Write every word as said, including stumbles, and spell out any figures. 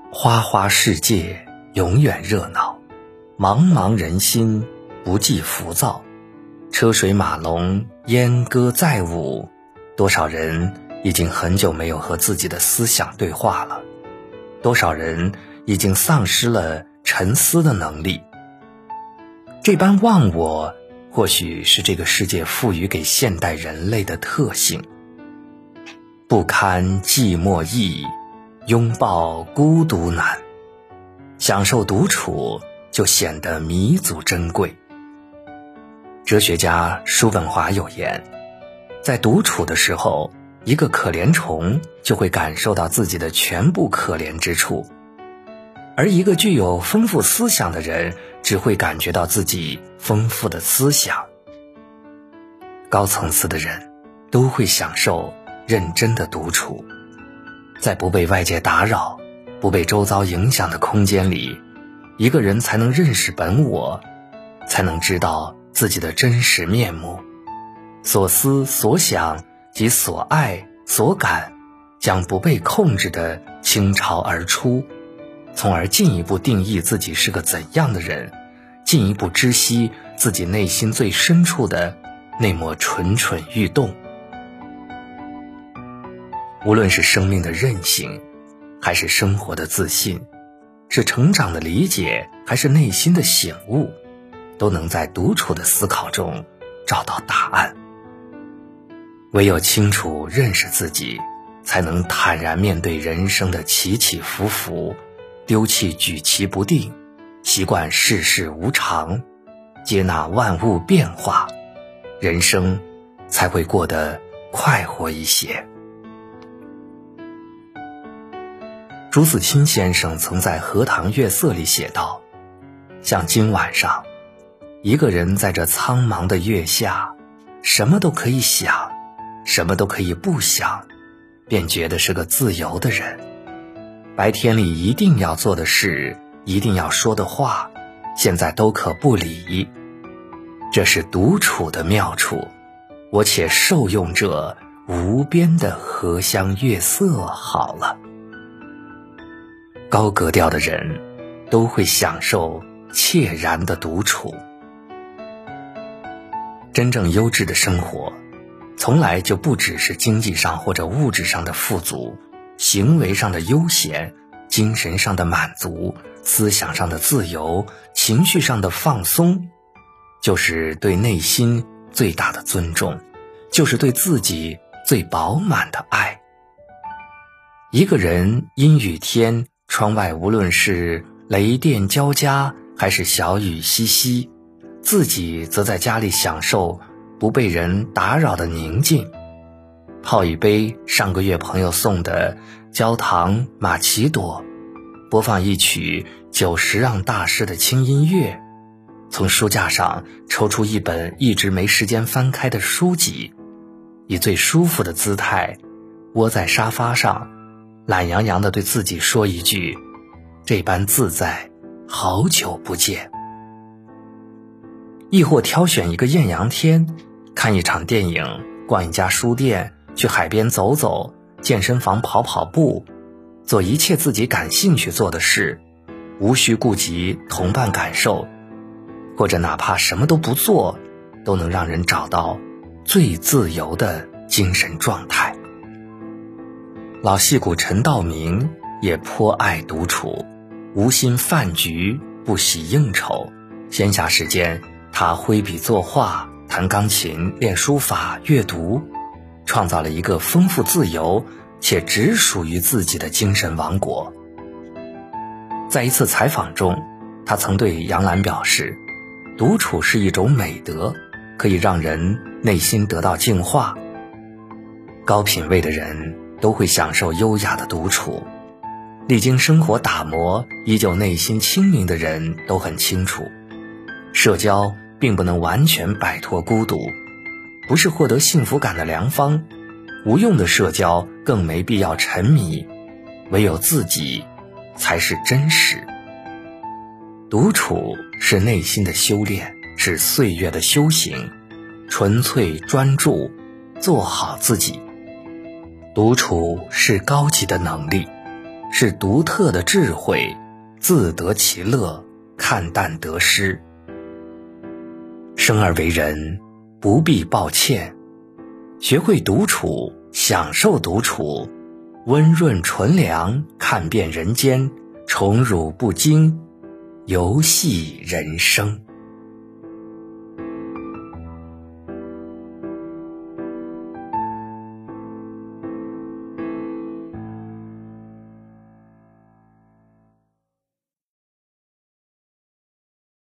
花花世界永远热闹，茫茫人心不计浮躁，车水马龙，燕歌载舞，多少人已经很久没有和自己的思想对话了，多少人已经丧失了沉思的能力。这般忘我，或许是这个世界赋予给现代人类的特性。不堪寂寞易，拥抱孤独难，享受独处就显得弥足珍贵。哲学家叔本华有言，在独处的时候，一个可怜虫就会感受到自己的全部可怜之处，而一个具有丰富思想的人只会感觉到自己丰富的思想。高层次的人都会享受认真的独处，在不被外界打扰、不被周遭影响的空间里，一个人才能认识本我，才能知道自己的真实面目。所思所想及所爱所感将不被控制地倾巢而出，从而进一步定义自己是个怎样的人，进一步知悉自己内心最深处的那抹蠢蠢欲动。无论是生命的韧性，还是生活的自信，是成长的理解，还是内心的醒悟，都能在独处的思考中找到答案。唯有清楚认识自己，才能坦然面对人生的起起伏伏，丢弃举棋不定，习惯世事无常，接纳万物变化，人生才会过得快活一些。朱自清先生曾在《荷塘月色》里写道，像今晚上，一个人在这苍茫的月下，什么都可以想，什么都可以不想，便觉得是个自由的人。白天里一定要做的事，一定要说的话，现在都可不理。这是独处的妙处，我且受用这无边的荷香月色好了。高格调的人都会享受切然的独处。真正优质的生活，从来就不只是经济上或者物质上的富足，行为上的悠闲，精神上的满足，思想上的自由，情绪上的放松，就是对内心最大的尊重，就是对自己最饱满的爱。一个人阴雨天，窗外无论是雷电交加还是小雨淅淅，自己则在家里享受不被人打扰的宁静，泡一杯上个月朋友送的焦糖玛奇朵，播放一曲久石让大师的轻音乐，从书架上抽出一本一直没时间翻开的书籍，以最舒服的姿态窝在沙发上，懒洋洋地对自己说一句，这般自在，好久不见。亦或挑选一个艳阳天，看一场电影，逛一家书店，去海边走走，健身房跑跑步，做一切自己感兴趣做的事，无需顾及同伴感受，或者哪怕什么都不做，都能让人找到最自由的精神状态。老戏骨陈道明也颇爱独处，无心饭局，不喜应酬，闲暇时间他挥笔作画，弹钢琴，练书法，阅读，创造了一个丰富自由且只属于自己的精神王国。在一次采访中，他曾对杨澜表示，独处是一种美德，可以让人内心得到净化。高品位的人都会享受优雅的独处，历经生活打磨，依旧内心清明的人都很清楚，社交并不能完全摆脱孤独，不是获得幸福感的良方，无用的社交更没必要沉迷，唯有自己才是真实。独处是内心的修炼，是岁月的修行，纯粹专注，做好自己。独处是高级的能力， 是独特的智慧，自得其乐，看淡得失。生而为人，不必抱歉，学会独处，享受独处，温润纯良，看遍人间，宠辱不惊，游戏人生。